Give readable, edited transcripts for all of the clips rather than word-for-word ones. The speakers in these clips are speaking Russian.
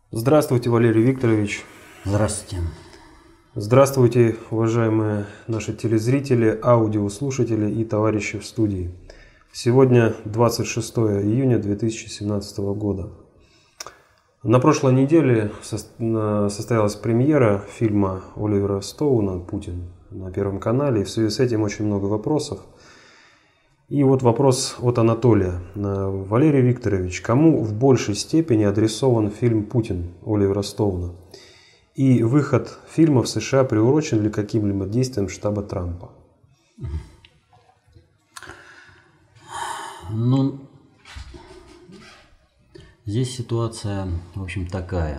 Здравствуйте, Валерий Викторович. Здравствуйте. Здравствуйте, уважаемые наши телезрители, аудиослушатели и товарищи в студии. Сегодня 26 июня 2017 года. На прошлой неделе состоялась премьера фильма Оливера Стоуна «Путин» на Первом канале. И в связи с этим очень много вопросов. И вот вопрос от Анатолия. Валерий Викторович, кому в большей степени адресован фильм «Путин» Оливера Стоуна? И выход фильма в США приурочен ли каким-либо действиям штаба Трампа? Здесь ситуация, в общем, такая.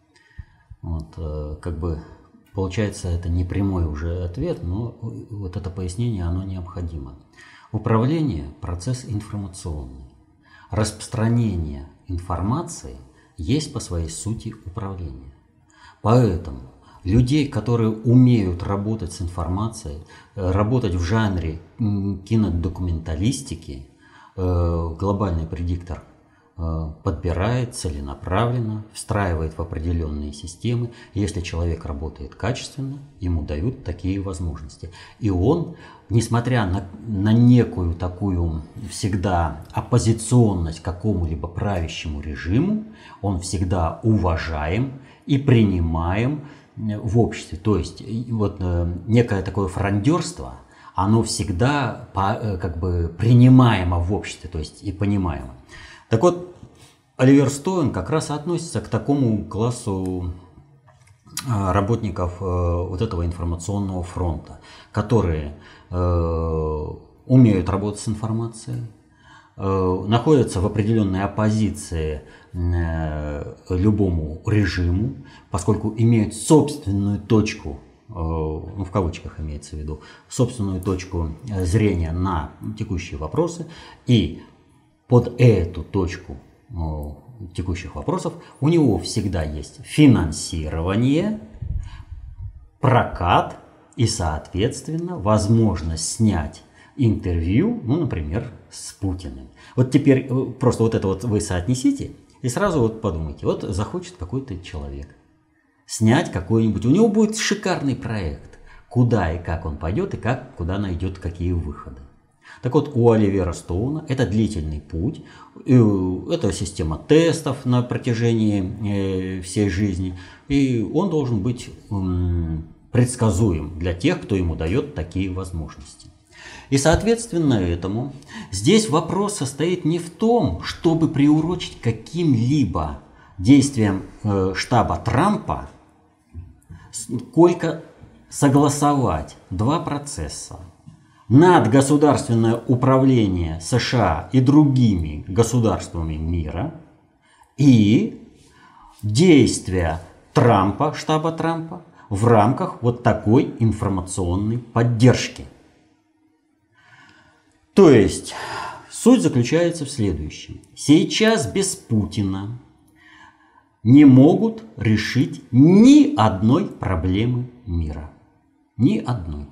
Получается, это не прямой уже ответ, но вот это пояснение, оно необходимо. Управление – процесс информационный. Распространение информации есть по своей сути управление. Поэтому людей, которые умеют работать с информацией, работать в жанре кинодокументалистики, глобальный предиктор подбирает целенаправленно, встраивает в определенные системы. Если человек работает качественно, ему дают такие возможности. И он, несмотря на некую такую всегда оппозиционность какому-либо правящему режиму, он всегда уважаем и принимаем в обществе. То есть вот некое такое фрондерство, оно всегда принимаемо в обществе, то есть и понимаемо. Так вот, Оливер Стоун как раз относится к такому классу работников вот этого информационного фронта, которые умеют работать с информацией, находятся в определенной оппозиции любому режиму, поскольку имеют собственную точку, в кавычках имеется в виду, собственную точку зрения на текущие вопросы, и под эту точку текущих вопросов у него всегда есть финансирование, прокат и, соответственно, возможность снять интервью, например, с Путиным. Вот теперь просто вот это вот вы соотнесите и сразу вот подумайте, вот захочет какой-то человек снять какой-нибудь, у него будет шикарный проект, куда и как он пойдет, и куда найдет какие выходы. Так вот, у Оливера Стоуна это длительный путь, это система тестов на протяжении всей жизни, и он должен быть предсказуем для тех, кто ему дает такие возможности. И соответственно этому здесь вопрос состоит не в том, чтобы приурочить каким-либо действиям штаба Трампа, сколько согласовать два процесса. Надгосударственное управление США и другими государствами мира и действия Трампа, штаба Трампа, в рамках вот такой информационной поддержки. То есть суть заключается в следующем. Сейчас без Путина не могут решить ни одной проблемы мира. Ни одной.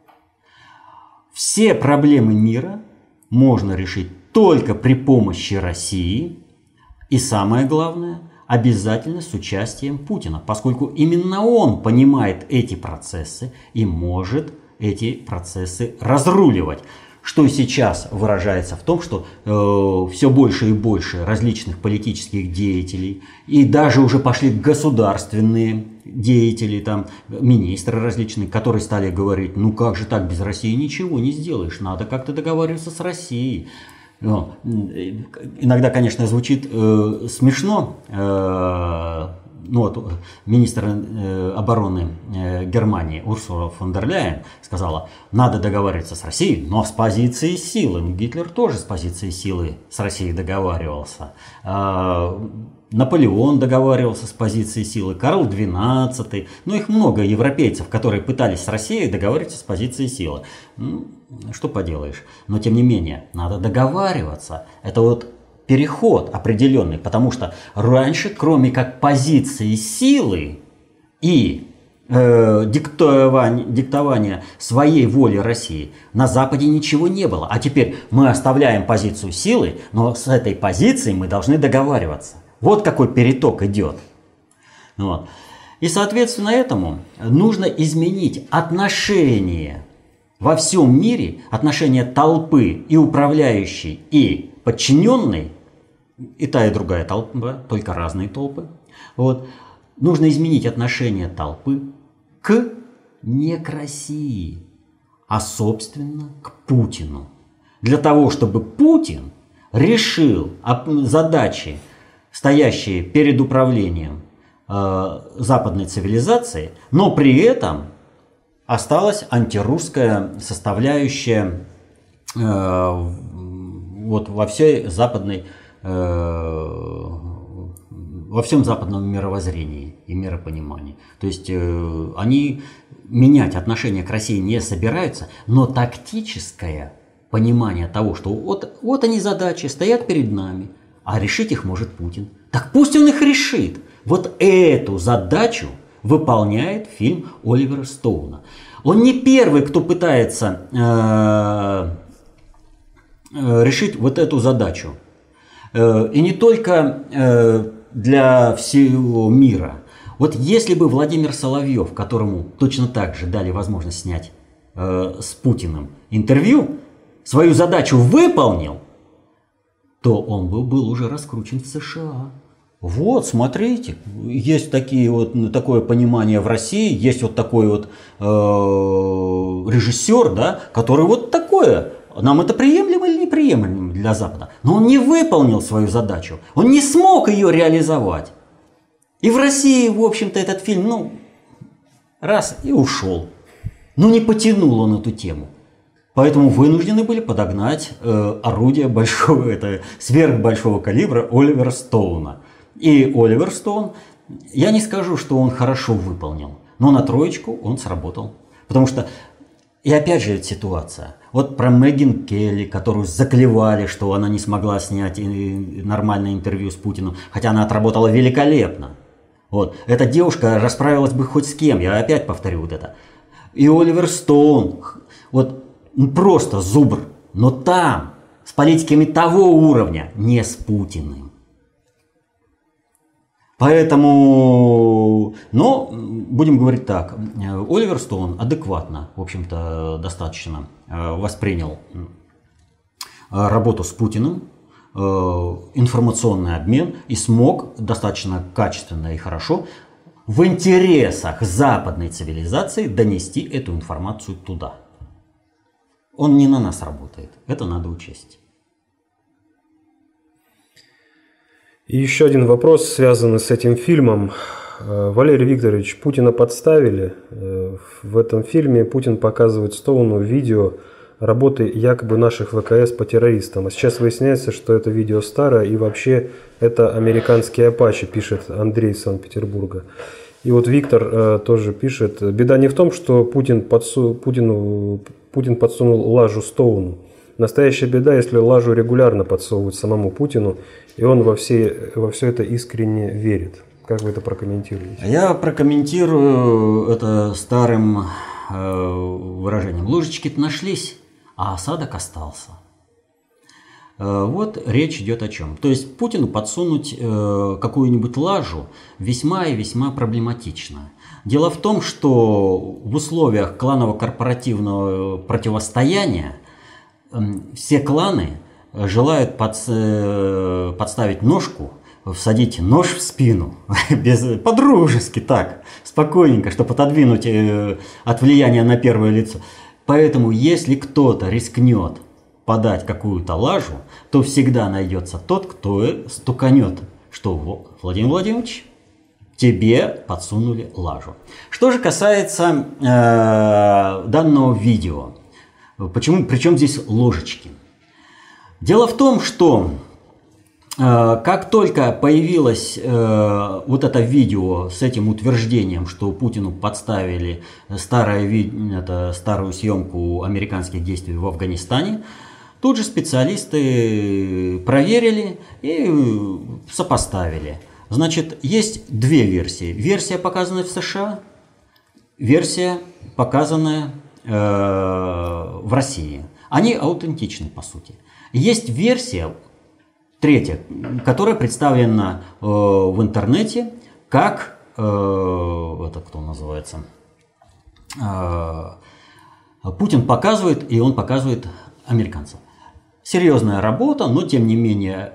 Все проблемы мира можно решить только при помощи России и, самое главное, обязательно с участием Путина, поскольку именно он понимает эти процессы и может эти процессы разруливать. Что сейчас выражается в том, что все больше и больше различных политических деятелей и даже уже пошли государственные деятели, там, министры различные, которые стали говорить, как же так, без России ничего не сделаешь, надо как-то договариваться с Россией. Иногда, конечно, звучит смешно. Министр обороны Германии Урсула фон дер Ляйен сказала, надо договариваться с Россией, но с позиции силы. Гитлер тоже с позиции силы с Россией договаривался. Наполеон договаривался с позиции силы, Карл XII. Их много европейцев, которые пытались с Россией договариваться с позиции силы. Что поделаешь. Но тем не менее, надо договариваться. Это вот переход определенный, потому что раньше, кроме как позиции силы и диктования своей воли России, на Западе ничего не было. А теперь мы оставляем позицию силы, но с этой позицией мы должны договариваться. Вот какой переток идет. Вот. И, соответственно, этому нужно изменить отношение во всем мире, отношение толпы и управляющей, и подчиненной, и та, и другая толпа, только разные толпы. Вот. Нужно изменить отношение толпы к не к России, а, собственно, к Путину. Для того, чтобы Путин решил задачи, стоящие перед управлением западной цивилизации, но при этом осталась антирусская составляющая вот во всей западной, во всем западном мировоззрении и миропонимании. То есть они менять отношение к России не собираются, но тактическое понимание того, что вот они задачи стоят перед нами, а решить их может Путин. Так пусть он их решит. Вот эту задачу выполняет фильм Оливера Стоуна. Он не первый, кто пытается решить вот эту задачу. И не только для всего мира. Вот если бы Владимир Соловьев, которому точно так же дали возможность снять с Путиным интервью, свою задачу выполнил, то он был уже раскручен в США. Вот, смотрите, есть такое понимание в России, есть вот такой вот режиссер, да, который вот такое. Нам это приемлемо или неприемлемо для Запада? Но он не выполнил свою задачу, он не смог ее реализовать. И в России, в общем-то, этот фильм, раз и ушел. Не потянул он эту тему. Поэтому вынуждены были подогнать орудие сверхбольшого калибра Оливера Стоуна. И Оливер Стоун, я не скажу, что он хорошо выполнил, но на троечку он сработал. Потому что, и опять же ситуация, вот про Меган Келли, которую заклевали, что она не смогла снять нормальное интервью с Путиным, хотя она отработала великолепно. Вот. Эта девушка расправилась бы хоть с кем, я опять повторю вот это. И Оливер Стоун, просто зубр, но там, с политиками того уровня, не с Путиным. Поэтому, будем говорить так, Оливер Стоун адекватно, в общем-то, достаточно воспринял работу с Путиным, информационный обмен и смог достаточно качественно и хорошо в интересах западной цивилизации донести эту информацию туда. Он не на нас работает, это надо учесть. И еще один вопрос, связанный с этим фильмом. Валерий Викторович, Путина подставили. В этом фильме Путин показывает Стоуну видео работы якобы наших ВКС по террористам. А сейчас выясняется, что это видео старое и вообще это американские апачи, пишет Андрей из Санкт-Петербурга. И вот Виктор тоже пишет, беда не в том, что Путин подсунул лажу Стоуну. Настоящая беда, если лажу регулярно подсовывают самому Путину, и он во все это искренне верит. Как вы это прокомментируете? Я прокомментирую это старым выражением. Ложечки-то нашлись, а осадок остался. Вот речь идет о чем. То есть Путину подсунуть какую-нибудь лажу весьма и весьма проблематично. Дело в том, что в условиях кланово-корпоративного противостояния все кланы желают подставить ножку, всадить нож в спину, по-дружески так, спокойненько, чтобы отодвинуть от влияния на первое лицо. Поэтому, если кто-то рискнет подать какую-то лажу, то всегда найдется тот, кто стуканет, что Владимир Владимирович, тебе подсунули лажу. Что же касается данного видео, причем здесь ложечки? Дело в том, что как только появилось вот это видео с этим утверждением, что Путину подставили старую съемку американских действий в Афганистане, тут же специалисты проверили и сопоставили. Значит, есть две версии. Версия, показанная в США, версия, показанная в России. Они аутентичны, по сути. Есть версия, третья, которая представлена в интернете как это кто называется, Путин показывает, и он показывает американцев. Серьезная работа, но тем не менее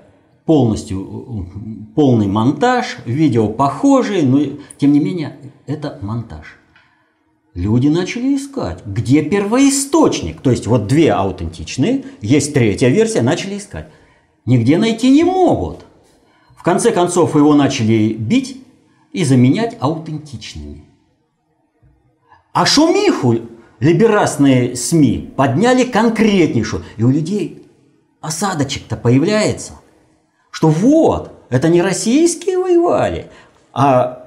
полный монтаж, видео похожие, но тем не менее это монтаж. Люди начали искать, где первоисточник. То есть вот две аутентичные, есть третья версия, начали искать. Нигде найти не могут. В конце концов его начали бить и заменять аутентичными. А шумиху либерастные СМИ подняли конкретнейшую. И у людей осадочек-то появляется, что вот, это не российские воевали, а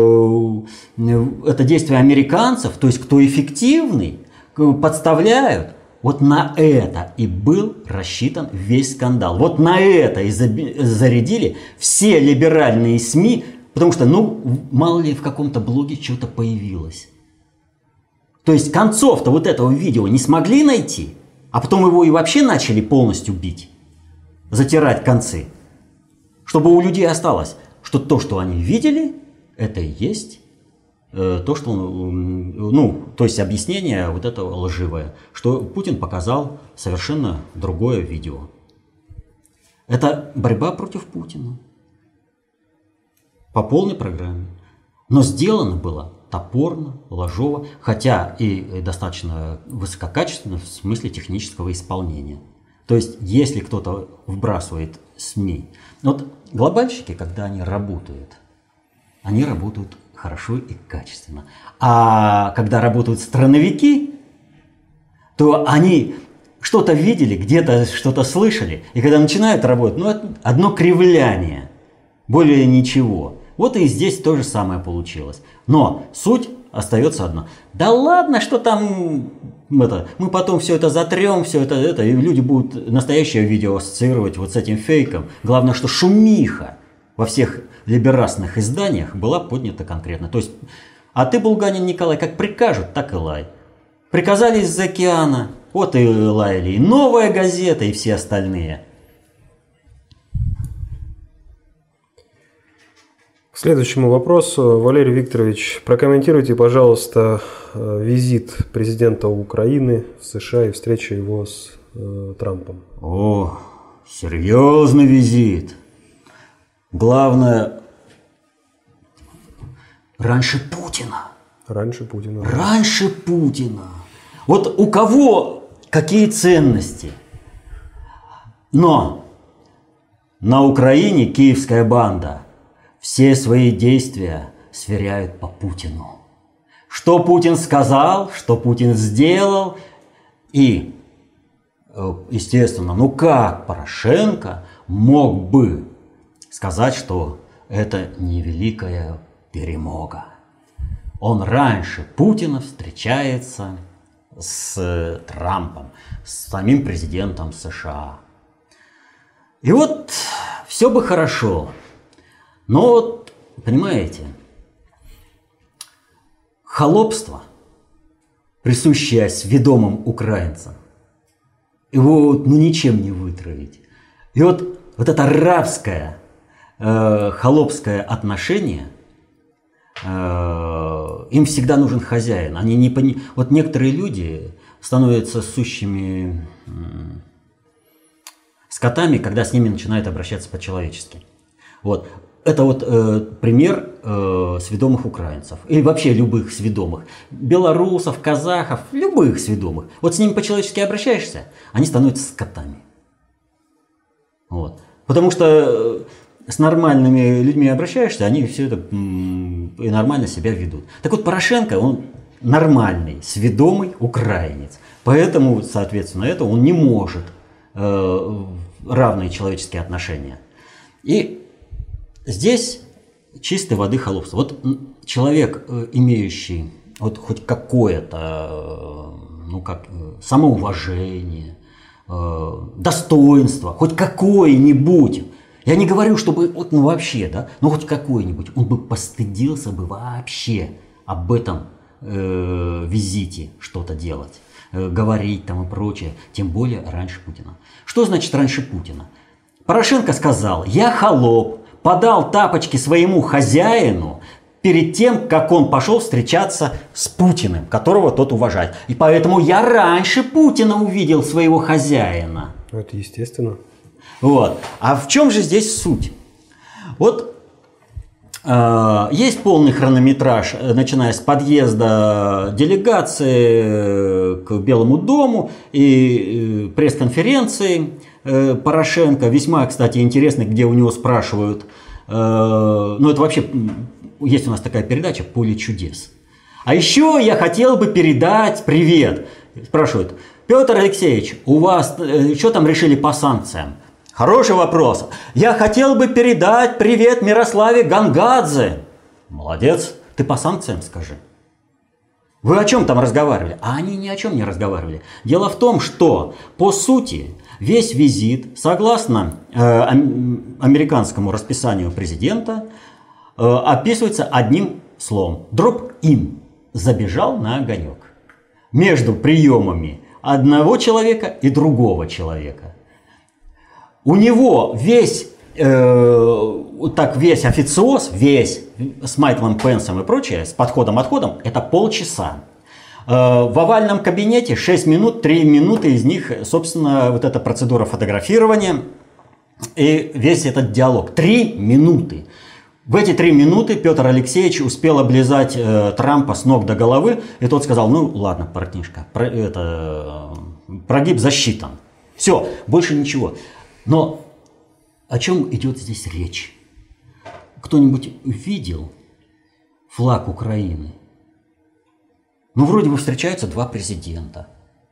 это действие американцев, то есть кто эффективный, подставляют. Вот на это и был рассчитан весь скандал. Вот на это и зарядили все либеральные СМИ, потому что, мало ли в каком-то блоге что-то появилось. То есть концов-то вот этого видео не смогли найти, а потом его и вообще начали полностью бить, затирать концы, чтобы у людей осталось, что то, что они видели, это и есть то, что, то есть объяснение вот этого лживое, что Путин показал совершенно другое видео. Это борьба против Путина по полной программе. Но сделано было топорно, ложово, хотя и достаточно высококачественно в смысле технического исполнения. То есть, если кто-то вбрасывает СМИ, вот глобальщики, когда они работают хорошо и качественно. А когда работают страновики, то они что-то видели, где-то что-то слышали, и когда начинают работать, одно кривляние, более ничего. Вот и здесь то же самое получилось. Но суть остается одна. Да ладно, что там, мы потом все это затрем, все это, и люди будут настоящее видео ассоциировать вот с этим фейком. Главное, что шумиха во всех либерастных изданиях была поднята конкретно. То есть, а ты, Булганин Николай, как прикажут, так и лай. Приказали из-за океана, вот и лаяли и «Новая газета», и все остальные. К следующему вопросу. Валерий Викторович, прокомментируйте, пожалуйста, визит президента Украины в США и встречу его с Трампом. О, серьезный визит. Главное, раньше Путина. Раньше Путина. Раньше Путина. Вот у кого какие ценности? Но на Украине киевская банда все свои действия сверяют по Путину. Что Путин сказал, что Путин сделал. И, естественно, как Порошенко мог бы сказать, что это не великая перемога. Он раньше Путина встречается с Трампом, с самим президентом США. И вот все бы хорошо, но понимаете, холопство, присущее сведомым украинцам, его ничем не вытравить. И вот это рабское, холопское отношение, им всегда нужен хозяин. Они не Вот некоторые люди становятся сущими скотами, когда с ними начинают обращаться по-человечески. Вот. Это пример сведомых украинцев. Или вообще любых сведомых. Белорусов, казахов, любых сведомых. Вот с ними по-человечески обращаешься, они становятся скотами. Вот. Потому что с нормальными людьми обращаешься, они все это и нормально себя ведут. Так вот, Порошенко, он нормальный, сведомый украинец. Поэтому, соответственно, он не может равные человеческие отношения. И здесь чистой воды холопство. Вот человек, имеющий хоть какое-то самоуважение, достоинство, хоть какое-нибудь. Я не говорю, чтобы вообще, да, но хоть какое-нибудь. Он бы постыдился бы вообще об этом визите что-то делать, говорить там и прочее. Тем более раньше Путина. Что значит раньше Путина? Порошенко сказал: я холоп, подал тапочки своему хозяину, перед тем, как он пошел встречаться с Путиным, которого тот уважает. И поэтому я раньше Путина увидел своего хозяина. Это естественно. Вот. А в чем же здесь суть? Вот есть полный хронометраж, начиная с подъезда делегации к Белому дому и пресс-конференции Порошенко. Весьма, кстати, интересный, где у него спрашивают, ну это вообще, есть у нас такая передача «Поле чудес». А еще я хотел бы передать привет. Спрашивают: Петр Алексеевич, у вас что там решили по санкциям? Хороший вопрос. Я хотел бы передать привет Мирославе Гангадзе. Молодец. Ты по санкциям скажи. Вы о чем там разговаривали? А они ни о чем не разговаривали. Дело в том, что по сути весь визит, согласно американскому расписанию президента, описывается одним словом. Drop-in. Забежал на огонек. Между приемами одного человека и другого человека. У него весь официоз, весь с Майклом Пенсом и прочее, с подходом-отходом, это полчаса. В овальном кабинете 6 минут, 3 минуты из них, собственно, вот эта процедура фотографирования и весь этот диалог. 3 минуты. В эти 3 минуты Петр Алексеевич успел облизать Трампа с ног до головы, и тот сказал: ну ладно, парнишка, прогиб засчитан. Все, больше ничего. Но о чем идет здесь речь? Кто-нибудь видел флаг Украины? Ну, вроде бы встречаются два президента.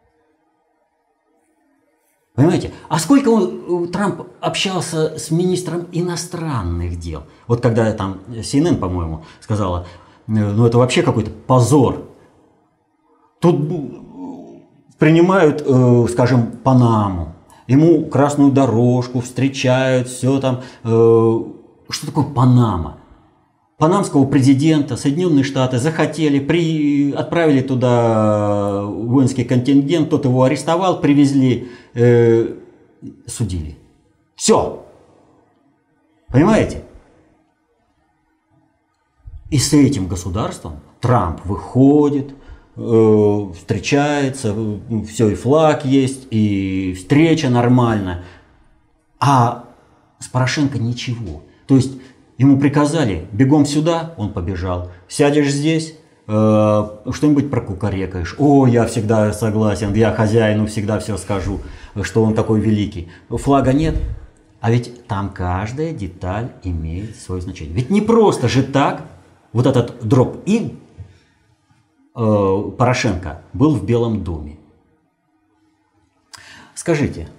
Понимаете? А сколько Трамп общался с министром иностранных дел? Вот когда там CNN, по-моему, сказала, ну это вообще какой-то позор. Тут принимают, скажем, Панаму. Ему красную дорожку встречают, все там. Что такое Панама? Панамского президента Соединенные Штаты захотели, отправили туда воинский контингент, тот его арестовал, привезли, судили. Все. Понимаете? И с этим государством Трамп выходит, встречается, все, и флаг есть, и встреча нормальная. А с Порошенко ничего. То есть ему приказали: бегом сюда, он побежал. Сядешь здесь, что-нибудь прокукарекаешь. О, я всегда согласен, я хозяину всегда все скажу, что он такой великий. Флага нет. А ведь там каждая деталь имеет свое значение. Ведь не просто же так вот этот drop-in Порошенко был в Белом доме. Скажите,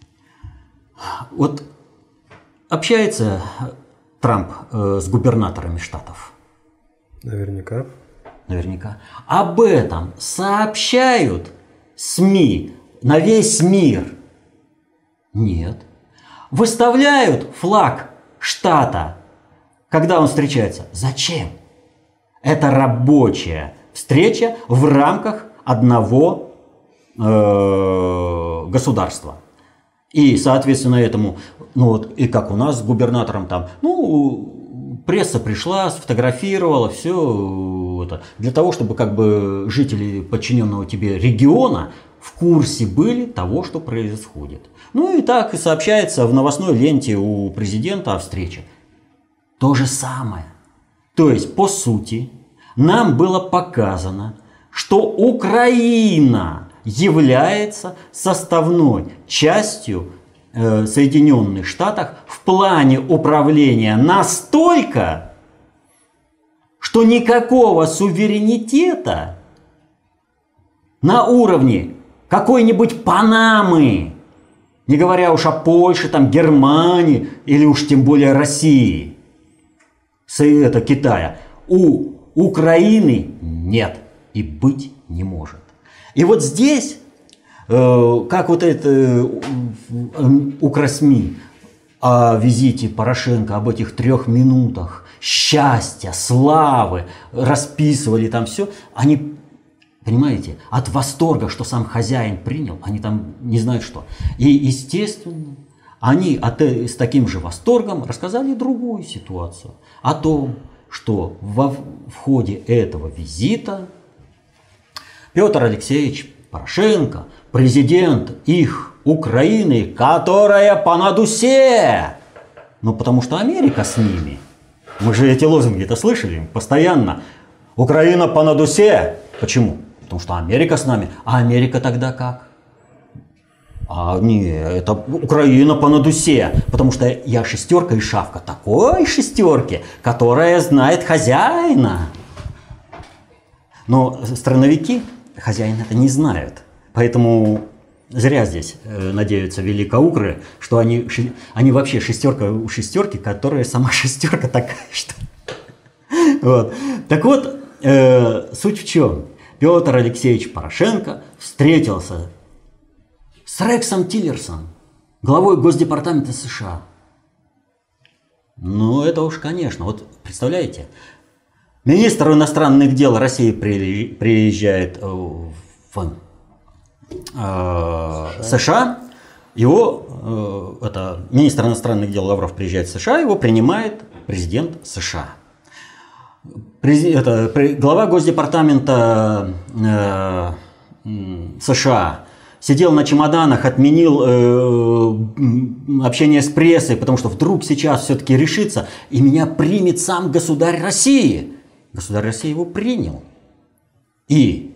вот общается Трамп с губернаторами штатов? Наверняка. Наверняка. Об этом сообщают СМИ на весь мир? Нет. Выставляют флаг штата, когда он встречается? Зачем? Это рабочая встреча в рамках одного государства. И, соответственно, этому, ну вот, и как у нас с губернатором там, ну, пресса пришла, сфотографировала, все это, для того, чтобы как бы жители подчиненного тебе региона в курсе были того, что происходит. Ну и так и сообщается в новостной ленте у президента о встрече. То же самое. То есть, по сути, нам было показано, что Украина является составной частью Соединенных Штатов в плане управления настолько, что никакого суверенитета на уровне какой-нибудь Панамы, не говоря уж о Польше, там, Германии или уж тем более России, Китая, у Украины нет и быть не может. И вот здесь, как вот это УКРСМИ о визите Порошенко, об этих 3 минутах счастья, славы, расписывали там все, они, понимаете, от восторга, что сам хозяин принял, они там не знают что. И, естественно, они с таким же восторгом рассказали другую ситуацию. О том, что в ходе этого визита Петр Алексеевич Порошенко, президент их Украины, которая понад усе, ну потому что Америка с ними. Мы же эти лозунги-то слышали постоянно. Украина понад усе. Почему? Потому что Америка с нами. А Америка тогда как? Не, это Украина понад усе. Потому что я шестерка и шавка такой шестерки, которая знает хозяина. Но страновики хозяина это не знают. Поэтому зря здесь надеются великоукры, что они вообще шестерка у шестерки, которая сама шестерка такая, что... Вот. Так вот, суть в чем? Петр Алексеевич Порошенко встретился с Рексом Тиллерсом, главой Госдепартамента США. Ну, это уж, конечно. Вот представляете, министр иностранных дел России приезжает в США, министр иностранных дел Лавров приезжает в США, его принимает президент США. Глава Госдепартамента США сидел на чемоданах, отменил общение с прессой, потому что вдруг сейчас все-таки решится, и меня примет сам государь России. Государь России его принял. И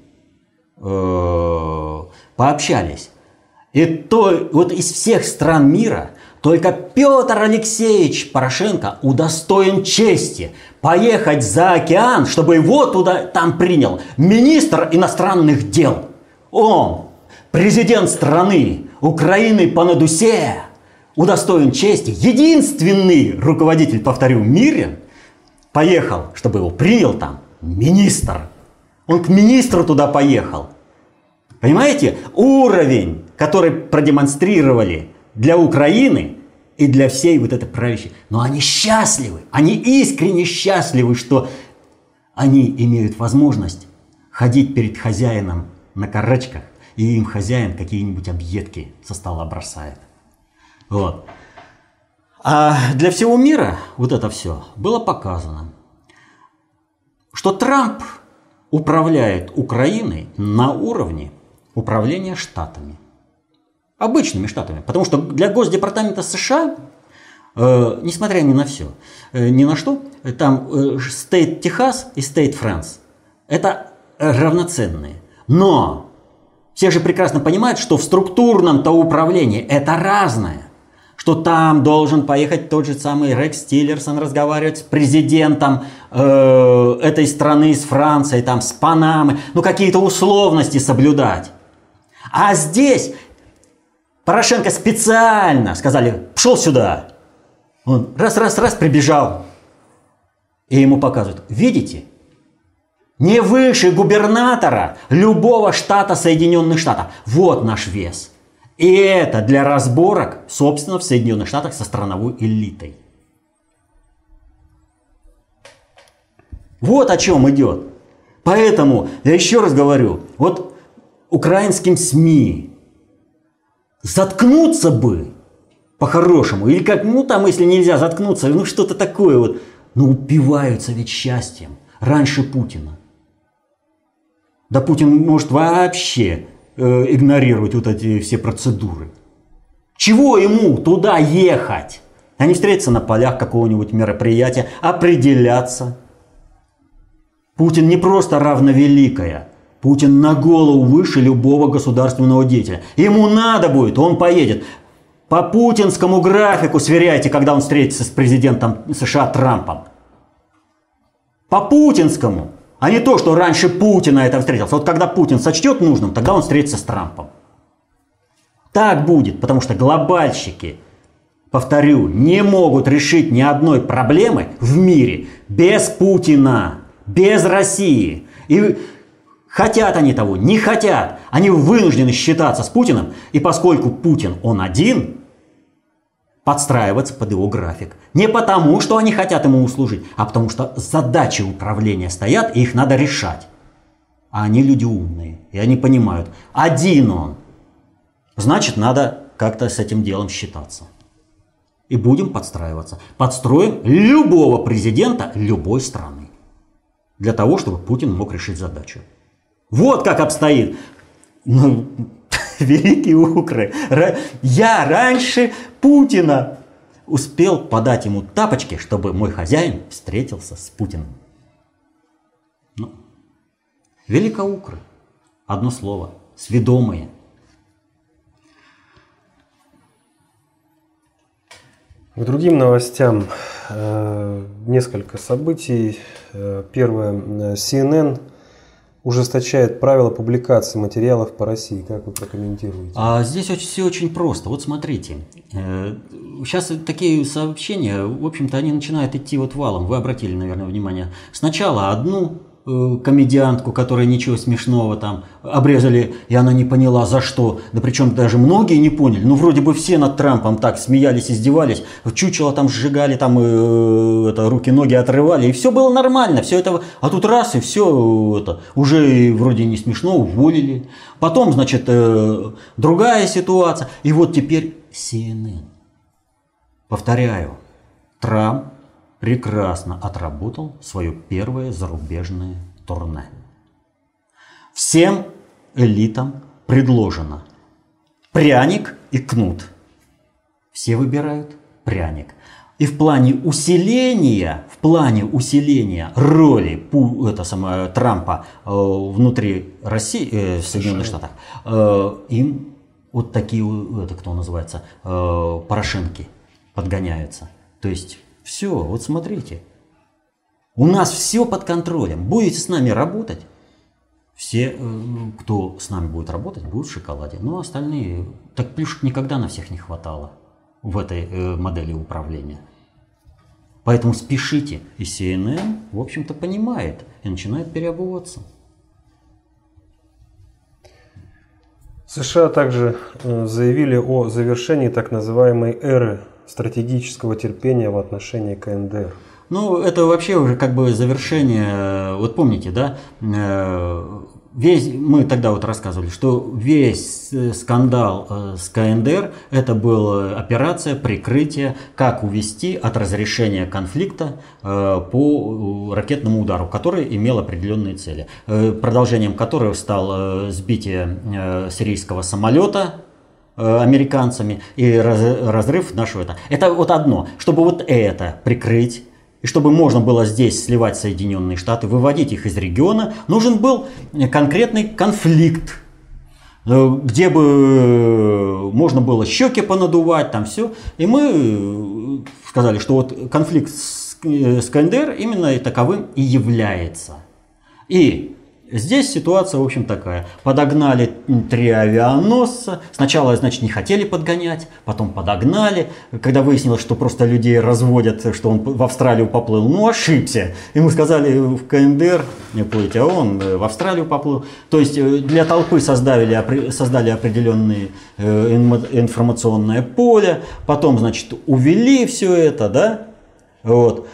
пообщались. И то вот из всех стран мира только Петр Алексеевич Порошенко удостоен чести поехать за океан, чтобы его там принял министр иностранных дел. Он, президент страны Украины понад усе, удостоен чести, единственный руководитель, повторю, в мире, поехал, чтобы его принял там министр. Он к министру туда поехал. Понимаете, уровень, который продемонстрировали для Украины и для всей вот этой правящей. Но они счастливы, они искренне счастливы, что они имеют возможность ходить перед хозяином на карачках, и им хозяин какие-нибудь объедки со стола бросает. Вот. А для всего мира вот это все было показано, что Трамп управляет Украиной на уровне управления штатами. Обычными штатами. Потому что для Госдепартамента США, несмотря ни на все, ни на что, там Стейт Техас и Стейт Франс это равноценные. Но все же прекрасно понимают, что в структурном-то управлении это разное. Что там должен поехать тот же самый Рекс Тиллерсон разговаривать с президентом этой страны, с Францией, там, с Панамы, ну какие-то условности соблюдать. А здесь Порошенко специально сказали, пошел сюда. Он раз прибежал. И ему показывают, видите, не выше губернатора любого штата Соединенных Штатов. Вот наш вес. И это для разборок, собственно, в Соединенных Штатах со страновой элитой. Вот о чем идет. Поэтому, я еще раз говорю, вот украинским СМИ заткнуться бы по-хорошему, или как, ну там, если нельзя заткнуться, ну что-то такое вот, ну упиваются ведь счастьем раньше Путина. Да Путин может вообще игнорировать вот эти все процедуры. Чего ему туда ехать? Они встретятся на полях какого-нибудь мероприятия, определяться. Путин не просто равновеликая. Путин на голову выше любого государственного деятеля. Ему надо будет, он поедет. По путинскому графику сверяйте, когда он встретится с президентом США Трампом. По путинскому. А не то, что раньше Путина это встретился. Вот когда Путин сочтет нужным, тогда он встретится с Трампом. Так будет, потому что глобальщики, повторю, не могут решить ни одной проблемы в мире без Путина, без России. И хотят они того, не хотят, они вынуждены считаться с Путиным. И поскольку Путин, он один, подстраиваться под его график. Не потому, что они хотят ему услужить, а потому что задачи управления стоят, и их надо решать. А они люди умные, и они понимают, один он. Значит, надо как-то с этим делом считаться. И будем подстраиваться. Подстроим любого президента любой страны. Для того, чтобы Путин мог решить задачу. Вот как обстоит. Ну, великий укры. Я раньше Путина успел подать ему тапочки, чтобы мой хозяин встретился с Путиным. Ну, великоукры. Одно слово. Сведомые. К другим новостям несколько событий. Первое. CNN ужесточает правила публикации материалов по России. Как вы прокомментируете? Здесь все очень просто. Вот смотрите. Сейчас такие сообщения, в общем-то, они начинают идти вот валом. Вы обратили, наверное, внимание. Сначала одну комедиантку, которая ничего смешного там обрезали, и она не поняла за что. Да причем даже многие не поняли. Ну, вроде бы все над Трампом так смеялись, издевались. Чучело там сжигали, там руки-ноги отрывали. И все было нормально. Все это, а тут раз, и все это уже вроде не смешно, уволили. Потом, значит, другая ситуация. И вот теперь CNN. Повторяю, Трамп прекрасно отработал свое первое зарубежное турне. Всем элитам предложено пряник и кнут. Все выбирают пряник. И в плане усиления роли Трампа внутри России, Соединенных Штатах, им вот такие, это кто называется, Порошенки подгоняются. То есть все, вот смотрите, у нас все под контролем. Будете с нами работать, все, кто с нами будет работать, будут в шоколаде. Ну, остальные, так плюшек никогда на всех не хватало в этой модели управления. Поэтому спешите. И CNN, в общем-то, понимает и начинает переобуваться. США также заявили о завершении так называемой эры стратегического терпения в отношении КНДР. Ну, это вообще уже как бы завершение. Вот помните, да? Мы тогда вот рассказывали, что весь скандал с КНДР это была операция прикрытия, как увести от разрешения конфликта по ракетному удару, который имел определенные цели. Продолжением которого стало сбитие сирийского самолета американцами и разрыв нашего. Это вот одно, чтобы вот это прикрыть. И чтобы можно было здесь сливать Соединенные Штаты, выводить их из региона, нужен был конкретный конфликт, где бы можно было щеки понадувать, там все. И мы сказали, что вот конфликт с КНДР именно таковым и является. И здесь ситуация, в общем, такая. Подогнали 3 авианосца. Сначала, значит, не хотели подгонять, потом подогнали. Когда выяснилось, что просто людей разводят, что он в Австралию поплыл, ну, ошибся. И мы сказали в КНДР, не плыть, а он в Австралию поплыл. То есть для толпы создали определенное информационное поле. Потом, значит, увели все это, да? Вот.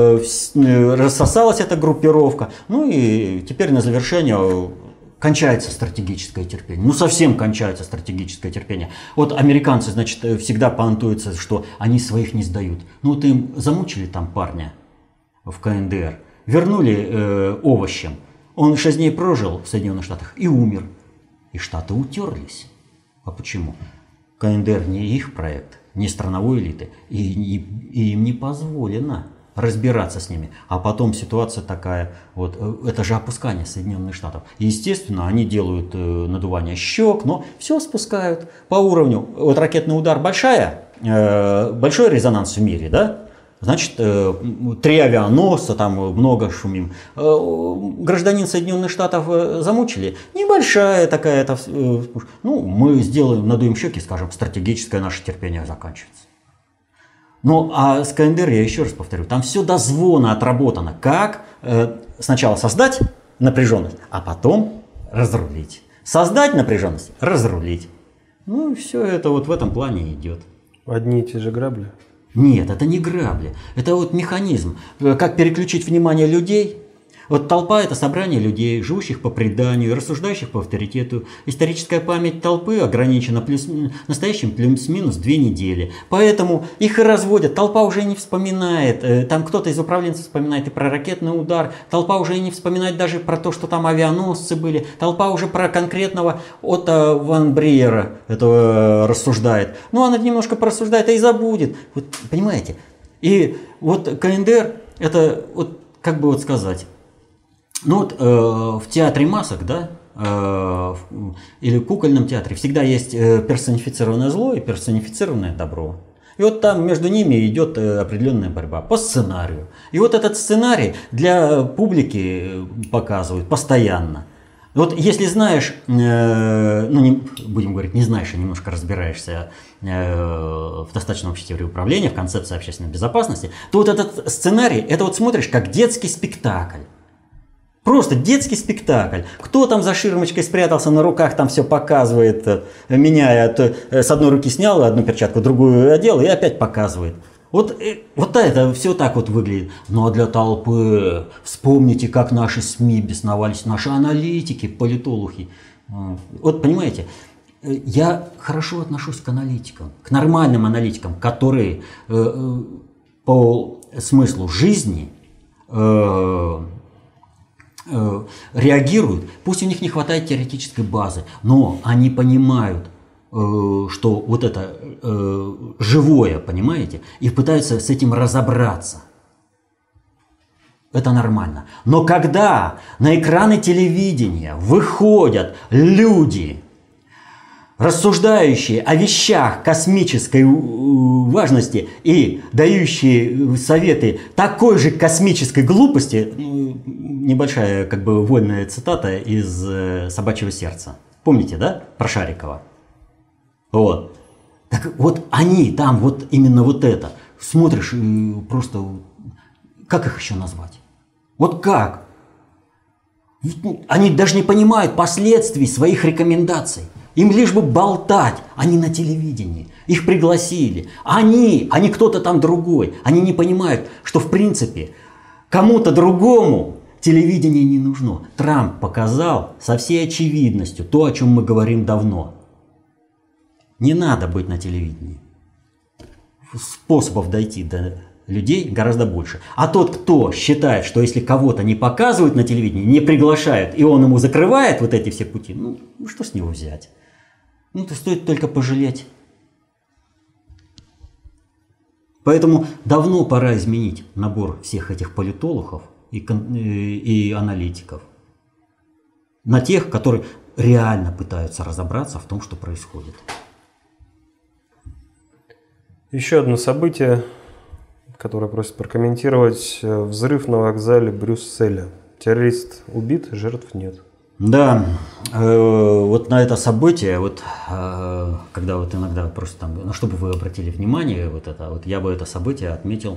Рассосалась эта группировка. Ну и теперь на завершение кончается стратегическое терпение. Ну совсем кончается стратегическое терпение. Вот американцы, значит, всегда понтуются, что они своих не сдают. Ну вот им замучили там парня в КНДР, вернули овощем. Он 6 дней прожил в Соединенных Штатах и умер. И Штаты утерлись. А почему? КНДР не их проект, не страновой элиты, и им не позволено разбираться с ними. А потом ситуация такая, вот, это же опускание Соединенных Штатов. И, естественно, они делают надувание щек, но все спускают по уровню. Вот ракетный удар большой резонанс в мире, да? Значит, 3 авианосца, там много шумим. Гражданин Соединенных Штатов замучили. Небольшая такая, ну, мы сделаем, надуем щеки, скажем, стратегическое наше терпение заканчивается. Ну, а с КНДР, я еще раз повторю, там все до звона отработано. Как сначала создать напряженность, а потом разрулить. Создать напряженность, разрулить. Ну, все это вот в этом плане идет. Одни и те же грабли? Нет, это не грабли. Это вот механизм. Как переключить внимание людей. Вот толпа – это собрание людей, живущих по преданию, рассуждающих по авторитету. Историческая память толпы ограничена настоящим плюс-минус 2 недели. Поэтому их и разводят. Толпа уже не вспоминает. Там кто-то из управленцев вспоминает и про ракетный удар. Толпа уже и не вспоминает даже про то, что там авианосцы были. Толпа уже про конкретного Отто ван Бриера этого рассуждает. Ну, она немножко порассуждает, и забудет. Вот, понимаете? И вот КНДР – это, вот, как бы вот сказать… Ну вот в театре масок, да, или в кукольном театре всегда есть персонифицированное зло и персонифицированное добро. И вот там между ними идет определенная борьба по сценарию. И вот этот сценарий для публики показывают постоянно. Вот если знаешь, ну не будем говорить, не знаешь, а немножко разбираешься в достаточном общей теории управления, в концепции общественной безопасности, то вот этот сценарий, это вот смотришь как детский спектакль. Просто детский спектакль. Кто там за ширмочкой спрятался, на руках там все показывает, меняя, с одной руки снял одну перчатку, другую одел и опять показывает. Вот это все так вот выглядит. Ну а для толпы вспомните, как наши СМИ бесновались, наши аналитики, политологи. Вот понимаете, я хорошо отношусь к аналитикам, к нормальным аналитикам, которые по смыслу жизни реагируют, пусть у них не хватает теоретической базы, но они понимают, что вот это живое, понимаете, и пытаются с этим разобраться. Это нормально. Но когда на экраны телевидения выходят люди, рассуждающие о вещах космической важности и дающие советы такой же космической глупости, небольшая как бы вольная цитата из «Собачьего сердца». Помните, да, про Шарикова? Вот. Так вот они там вот именно вот это. Смотришь и просто… Как их еще назвать? Вот как? Они даже не понимают последствий своих рекомендаций. Им лишь бы болтать, они на телевидении. Их пригласили. Они кто-то там другой. Они не понимают, что в принципе кому-то другому телевидение не нужно. Трамп показал со всей очевидностью то, о чем мы говорим давно. Не надо быть на телевидении. Способов дойти до людей гораздо больше. А тот, кто считает, что если кого-то не показывают на телевидении, не приглашают, и он ему закрывает вот эти все пути, ну что с него взять? Ну, то стоит только пожалеть. Поэтому давно пора изменить набор всех этих политологов и аналитиков на тех, которые реально пытаются разобраться в том, что происходит. Еще одно событие, которое просят прокомментировать. Взрыв на вокзале Брюсселя. Террорист убит, жертв нет. Да, вот на это событие, вот когда вот иногда просто там, ну чтобы вы обратили внимание, вот я бы это событие отметил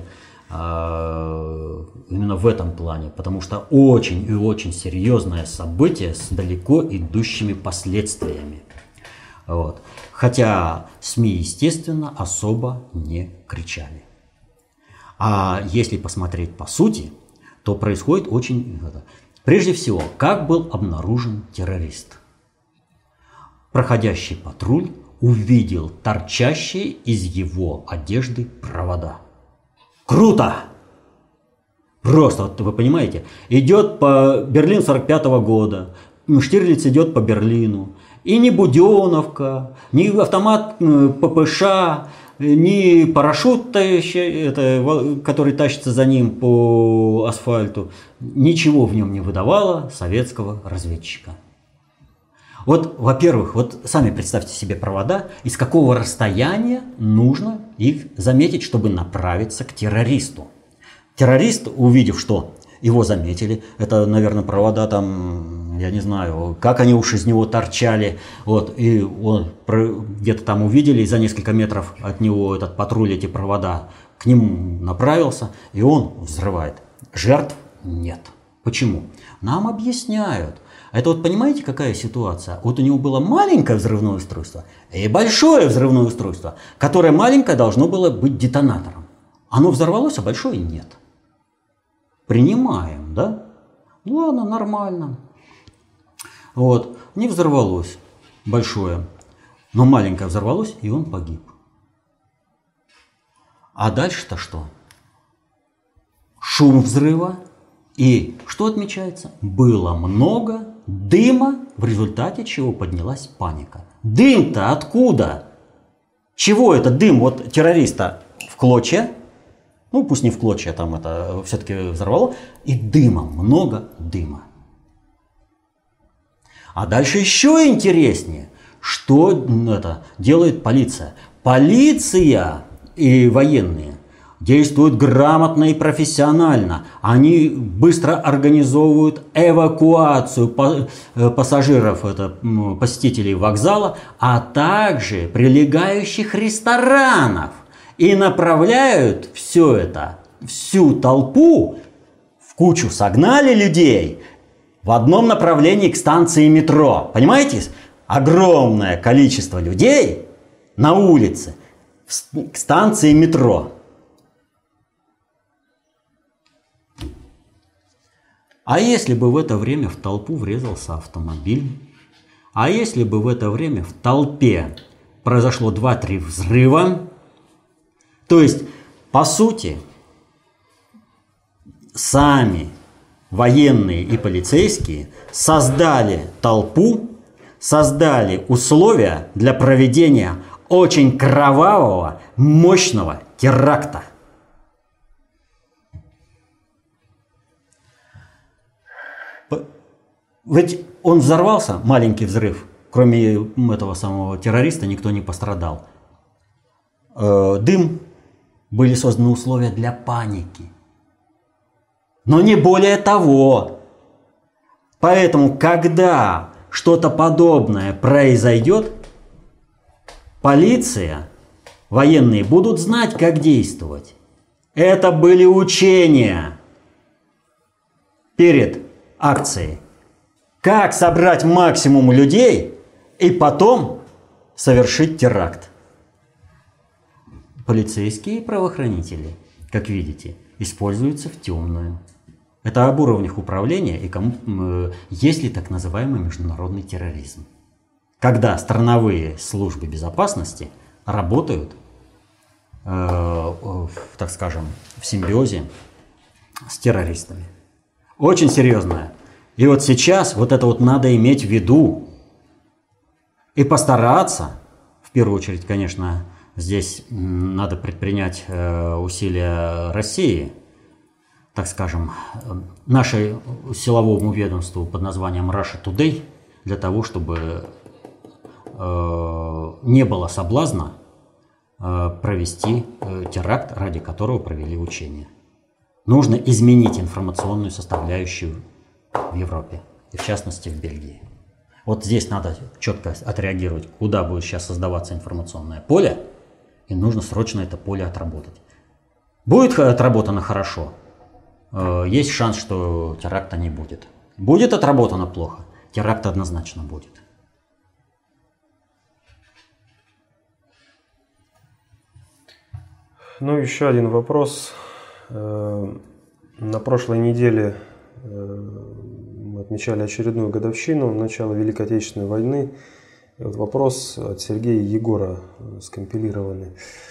именно в этом плане, потому что очень и очень серьезное событие с далеко идущими последствиями. Вот. Хотя СМИ, естественно, особо не кричали. А если посмотреть по сути, то происходит очень… Прежде всего, как был обнаружен террорист? Проходящий патруль увидел торчащие из его одежды провода. Круто! Просто, вот вы понимаете, идет по Берлин 45-го года, Штирлиц идет по Берлину, и ни Буденовка, ни автомат ППШ, ни парашют, который тащится за ним по асфальту, ничего в нем не выдавало советского разведчика. Вот, во-первых, вот сами представьте себе провода, из какого расстояния нужно их заметить, чтобы направиться к террористу. Террорист, увидев, что его заметили, это, наверное, провода там, я не знаю, как они уж из него торчали, вот, и он где-то там увидели, и за несколько метров от него этот патруль, эти провода, к нему направился, и он взрывает. Жертв нет. Почему? Нам объясняют. Это вот понимаете, какая ситуация? Вот у него было маленькое взрывное устройство и большое взрывное устройство, которое маленькое должно было быть детонатором. Оно взорвалось, а большое нет. Принимаем, да? Ну ладно, нормально. Вот, не взорвалось большое, но маленькое взорвалось, и он погиб. А дальше-то что? Шум взрыва. И что отмечается? Было много дыма, в результате чего поднялась паника. Дым-то откуда? Чего это дым? Вот террориста в клочья, ну пусть не в клочья, там это все-таки взорвало, и дыма, много дыма. А дальше еще интереснее, что это делает полиция. Полиция и военные действуют грамотно и профессионально. Они быстро организовывают эвакуацию пассажиров, посетителей вокзала, а также прилегающих ресторанов. И направляют все это, всю толпу, в кучу согнали людей в одном направлении к станции метро. Понимаете? Огромное количество людей на улице к станции метро. А если бы в это время в толпу врезался автомобиль? А если бы в это время в толпе произошло 2-3 взрыва? То есть, по сути, сами военные и полицейские создали толпу, создали условия для проведения очень кровавого, мощного теракта. Ведь он взорвался, маленький взрыв, кроме этого самого террориста никто не пострадал. Дым, были созданы условия для паники. Но не более того. Поэтому, когда что-то подобное произойдет, полиция, военные будут знать, как действовать. Это были учения перед акцией. Как собрать максимум людей и потом совершить теракт. Полицейские и правоохранители, как видите, используются в темную. Это об уровнях управления и есть ли так называемый международный терроризм. Когда страновые службы безопасности работают, так скажем, в симбиозе с террористами. Очень серьезное. И вот сейчас вот это вот надо иметь в виду и постараться, в первую очередь, конечно, здесь надо предпринять усилия России, так скажем, нашей силовому ведомству под названием Russia Today, для того, чтобы не было соблазна провести теракт, ради которого провели учения. Нужно изменить информационную составляющую в Европе, и в частности в Бельгии. Вот здесь надо четко отреагировать, куда будет сейчас создаваться информационное поле, и нужно срочно это поле отработать. Будет отработано хорошо, есть шанс, что теракта не будет. Будет отработано плохо, теракт однозначно будет. Ну, еще один вопрос. На прошлой неделе мы отмечали очередную годовщину начала Великой Отечественной войны. И вот вопрос от Сергея Егора скомпилированный.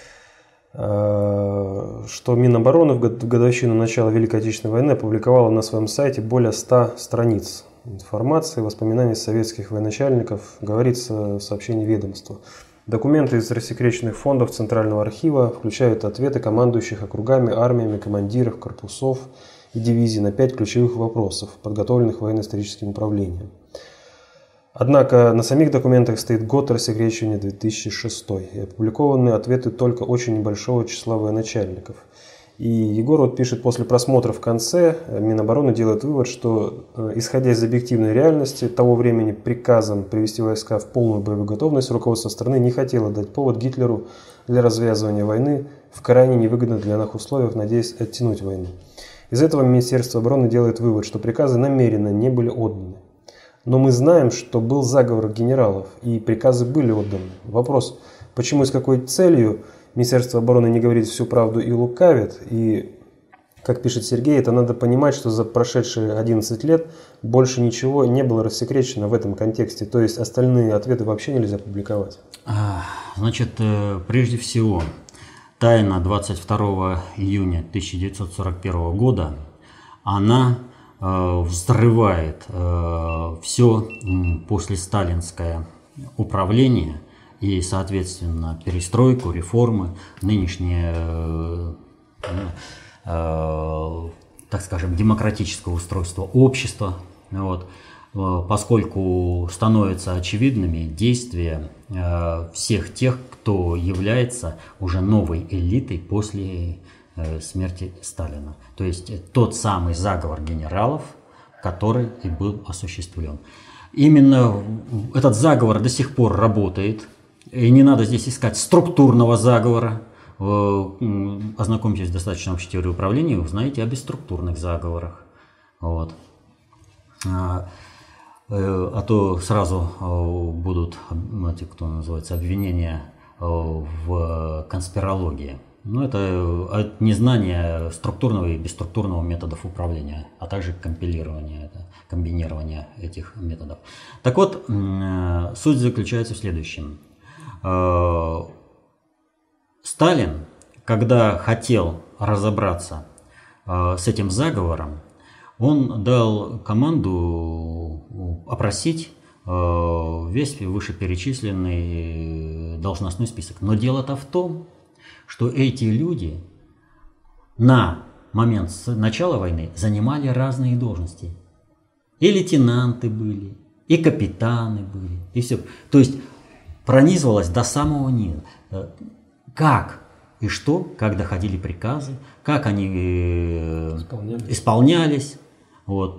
Что Минобороны в годовщину начала Великой Отечественной войны опубликовала на своем сайте более 100 страниц информации, воспоминаний советских военачальников, говорится в сообщении ведомства. Документы из рассекреченных фондов Центрального архива включают ответы командующих округами, армиями, командиров, корпусов и дивизий на 5 ключевых вопросов, подготовленных военно-историческим управлением. Однако на самих документах стоит год рассекречивания 2006 и опубликованы ответы только очень небольшого числа военачальников. И Егор вот пишет, после просмотра в конце Минобороны делает вывод, что, исходя из объективной реальности того времени, приказом привести войска в полную боевую готовность руководство страны не хотело дать повод Гитлеру для развязывания войны в крайне невыгодных для нас условиях, надеясь оттянуть войну. Из этого Министерство обороны делает вывод, что приказы намеренно не были отданы. Но мы знаем, что был заговор генералов, и приказы были отданы. Вопрос, почему и с какой целью Министерство обороны не говорит всю правду и лукавит, и Как пишет Сергей, это надо понимать, что за прошедшие 11 лет больше ничего не было рассекречено в этом контексте. То есть остальные ответы вообще нельзя публиковать. Значит, прежде всего, тайна 22 июня 1941 года, она взрывает все послесталинское управление и, соответственно, перестройку, реформы, нынешнее, так скажем, демократическое устройство общества. Вот. Поскольку становятся очевидными действия всех тех, кто является уже новой элитой после смерти Сталина. То есть тот самый заговор генералов, который и был осуществлен. Именно этот заговор до сих пор работает. И не надо здесь искать структурного заговора. Ознакомьтесь с достаточно общей теорией управления, вы узнаете о бесструктурных заговорах. Вот. А то сразу будут эти, кто называется, обвинения в конспирологии. Но это от незнания структурного и бесструктурного методов управления, а также комбинирования этих методов. Так вот, суть заключается в следующем. Сталин, когда хотел разобраться с этим заговором, он дал команду опросить весь вышеперечисленный должностной список. Но дело-то в том, что эти люди на момент начала войны занимали разные должности. И лейтенанты были, и капитаны были, и все. То есть пронизывалось до самого низа. Как и что, как доходили приказы, как они исполнялись. Вот.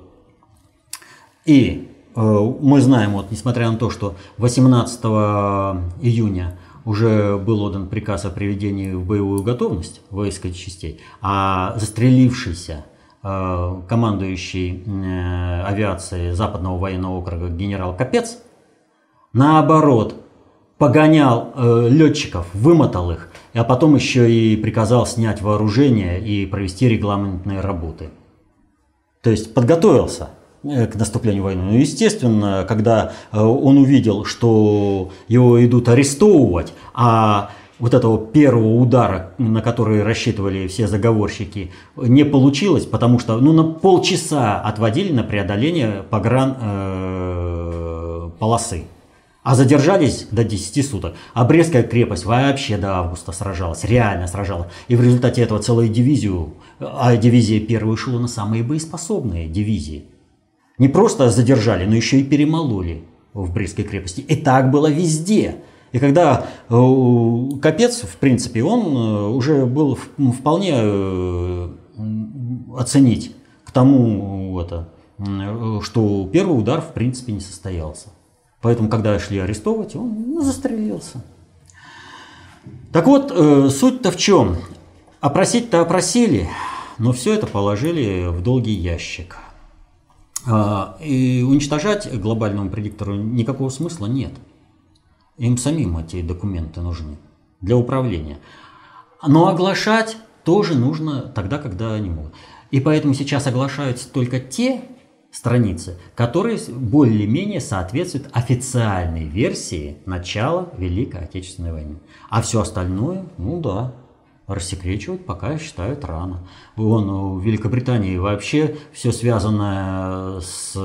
И мы знаем, вот, несмотря на то, что 18 июня уже был отдан приказ о приведении в боевую готовность войск и частей, а застрелившийся командующий авиацией Западного военного округа генерал Капец, наоборот, погонял летчиков, вымотал их, а потом еще и приказал снять вооружение и провести регламентные работы. То есть подготовился к наступлению войны. Ну, естественно, когда он увидел, что его идут арестовывать, а вот этого первого удара, на который рассчитывали все заговорщики, не получилось, потому что на полчаса отводили на преодоление полосы. А задержались до 10 суток. А Брестская крепость вообще до августа сражалась, реально сражалась. И в результате этого целую дивизию, а дивизия первой эшелона самые боеспособные дивизии, не просто задержали, но еще и перемололи в Брестской крепости. И так было везде. И когда Капец, в принципе, он уже был вполне оценить к тому, что первый удар в принципе не состоялся. Поэтому, когда шли арестовывать, он застрелился. Так вот, суть-то в чем? Опросить-то опросили, но все это положили в долгий ящик. И уничтожать глобальному предиктору никакого смысла нет. Им самим эти документы нужны для управления. Но оглашать тоже нужно тогда, когда они могут. И поэтому сейчас оглашаются только те страницы, которые более-менее соответствуют официальной версии начала Великой Отечественной войны. А все остальное, рассекречивать пока считают рано. В Великобритании вообще все связанное с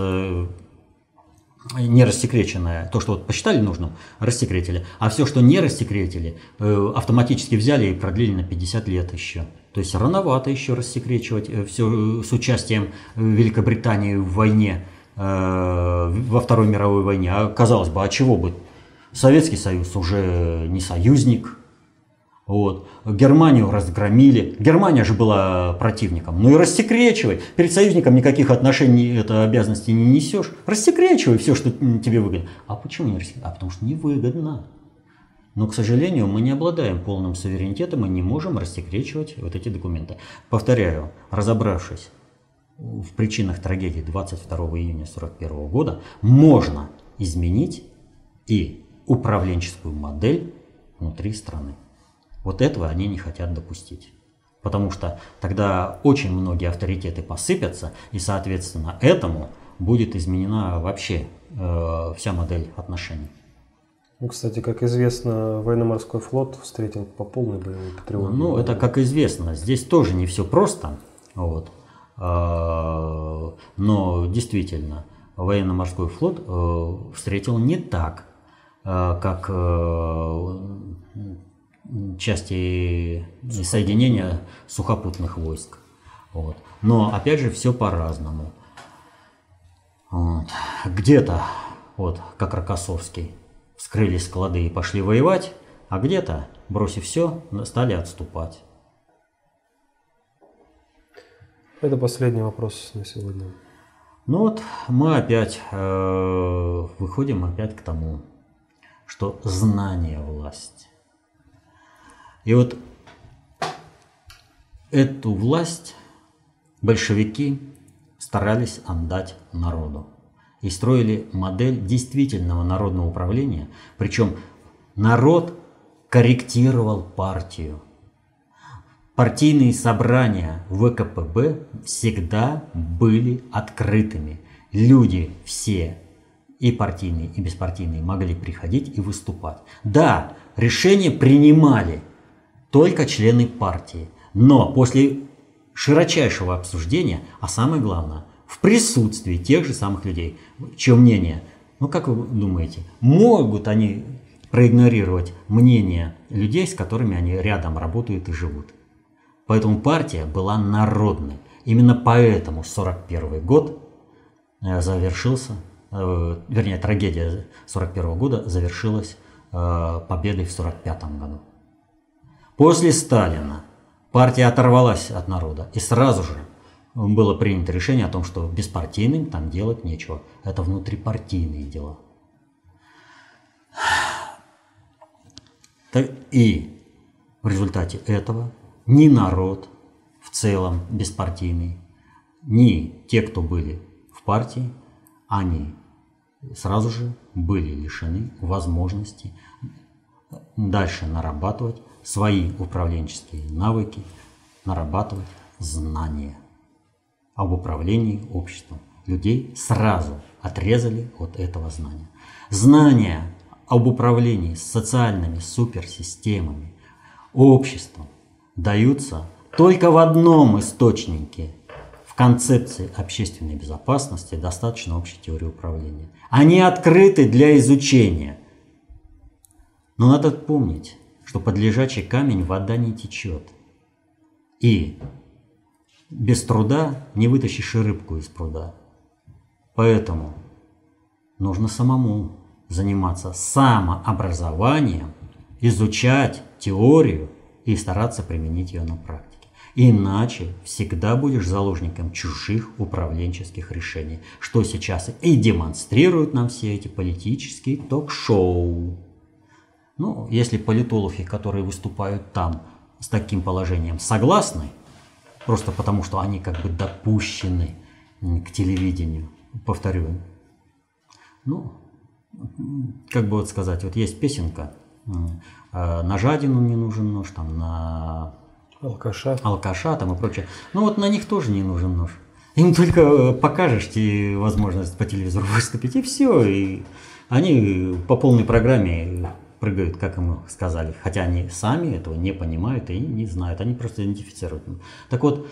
не рассекреченное, то, что посчитали нужным, рассекретили. А все, что не рассекретили, автоматически взяли и продлили на 50 лет еще. То есть рановато еще рассекречивать все с участием Великобритании в войне, во Второй мировой войне. А казалось бы, а чего бы? Советский Союз уже не союзник. Вот. Германию разгромили. Германия же была противником. Ну и рассекречивай. Перед союзником никаких отношений, обязанностей не несешь. Рассекречивай все, что тебе выгодно. А почему не рассекречивай? А потому что невыгодно. Но, к сожалению, мы не обладаем полным суверенитетом и не можем рассекречивать вот эти документы. Повторяю, разобравшись в причинах трагедии 22 июня 1941 года, можно изменить и управленческую модель внутри страны. Вот этого они не хотят допустить. Потому что тогда очень многие авторитеты посыпятся, и, соответственно, этому будет изменена вообще вся модель отношений. Ну, кстати, как известно, военно-морской флот встретил по полной боевой тревоге. Ну, это как известно. Здесь тоже не все просто. Вот. Но действительно, военно-морской флот встретил не так, как части соединения сухопутных войск. Вот. Но опять же все по-разному. Вот. Где-то, вот как Рокоссовский, вскрыли склады и пошли воевать, а где-то, бросив все, стали отступать. Это последний вопрос на сегодня. Ну вот мы опять выходим опять к тому, что знание – власть. И вот эту власть большевики старались отдать народу и строили модель действительного народного управления, причем народ корректировал партию. Партийные собрания ВКПБ всегда были открытыми. Люди все, и партийные, и беспартийные, могли приходить и выступать. Да, решения принимали только члены партии, но после широчайшего обсуждения, а самое главное, в присутствии тех же самых людей, чье мнение, ну как вы думаете, могут они проигнорировать мнение людей, с которыми они рядом работают и живут? Поэтому партия была народной. Именно поэтому 1941 год завершился, вернее, трагедия 1941 года завершилась победой в 1945 году. После Сталина партия оторвалась от народа, и сразу же было принято решение о том, что беспартийным там делать нечего. Это внутрипартийные дела. И в результате этого ни народ в целом беспартийный, ни те, кто были в партии, они сразу же были лишены возможности дальше нарабатывать свои управленческие навыки, нарабатывать знания об управлении обществом. Людей сразу отрезали от этого знания. Знания об управлении социальными суперсистемами, обществом даются только в одном источнике. В концепции общественной безопасности достаточно общей теории управления. Они открыты для изучения. Но надо помнить, что под лежачий камень вода не течет. И без труда не вытащишь и рыбку из пруда. Поэтому нужно самому заниматься самообразованием, изучать теорию и стараться применить ее на практике. Иначе всегда будешь заложником чужих управленческих решений, что сейчас и демонстрируют нам все эти политические ток-шоу. Ну, если политологи, которые выступают там с таким положением, согласны, просто потому что они как бы допущены к телевидению, повторю, ну, как бы вот сказать, вот есть песенка, на жадину не нужен нож, там, на алкаша там и прочее. Ну вот на них тоже не нужен нож. Им только покажешь и возможность по телевизору выступить, и все. И они по полной программе прыгают, как им сказали. Хотя они сами этого не понимают и не знают. Они просто идентифицируют. Так вот,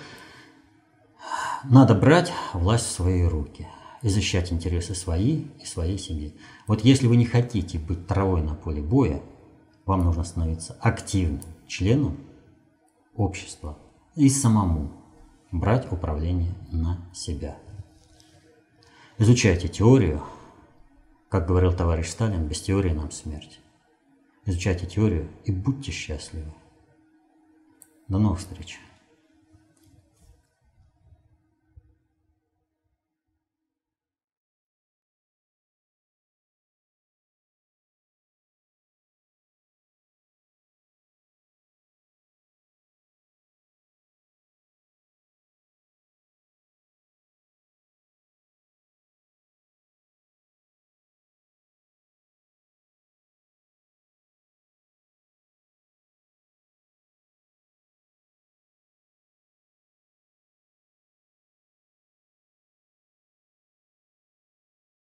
надо брать власть в свои руки. И защищать интересы свои и своей семьи. Вот если вы не хотите быть травой на поле боя, вам нужно становиться активным членом общества и самому брать управление на себя. Изучайте теорию. Как говорил товарищ Сталин, без теории нам смерть. Изучайте теорию и будьте счастливы. До новых встреч.